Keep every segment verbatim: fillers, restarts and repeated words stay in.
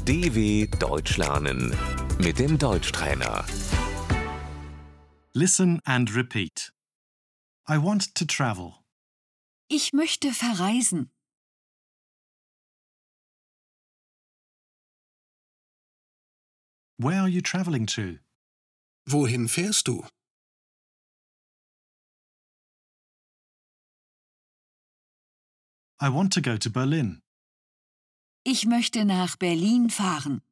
D W Deutsch lernen mit dem Deutschtrainer. Listen and repeat. I want to travel. Ich möchte verreisen. Where are you traveling to? Wohin fährst du? I want to go to Berlin. Ich möchte nach Berlin fahren.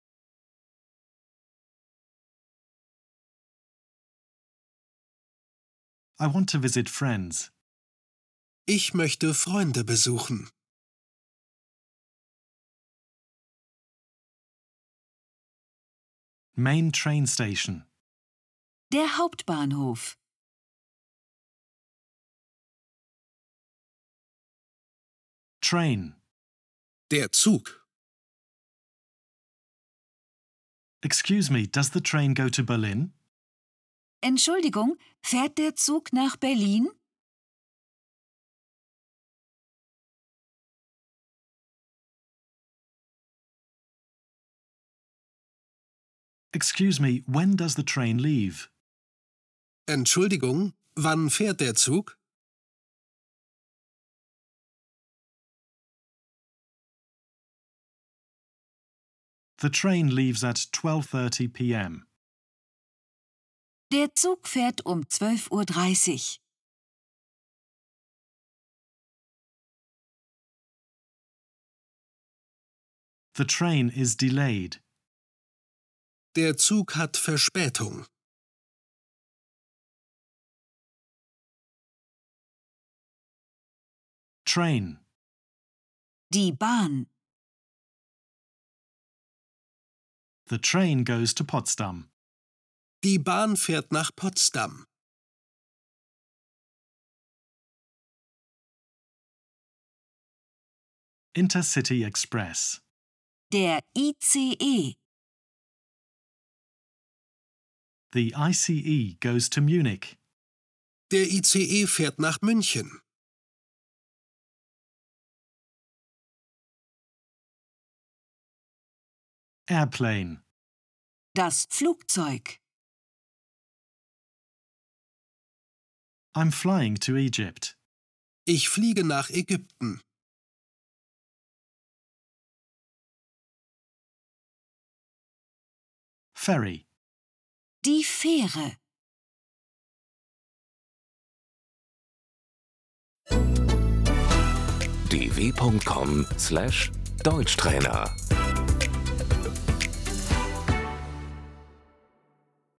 I want to visit friends. Ich möchte Freunde besuchen. Main train station. Der Hauptbahnhof. Train. Der Zug. Excuse me, does the train go to Berlin? Entschuldigung, fährt der Zug nach Berlin? Excuse me, when does the train leave? Entschuldigung, wann fährt der Zug? The train leaves at twelve thirty p m Der Zug fährt um zwölf Uhr dreißig. The train is delayed. Der Zug hat Verspätung. Train. Die Bahn. The train goes to Potsdam. Die Bahn fährt nach Potsdam. Intercity Express. Der I C E. The I C E goes to Munich. Der I C E fährt nach München. Airplane. Das Flugzeug. I'm flying to Egypt. Ich fliege nach Ägypten. Ferry. Die Fähre. d w punkt com slash Deutschtrainer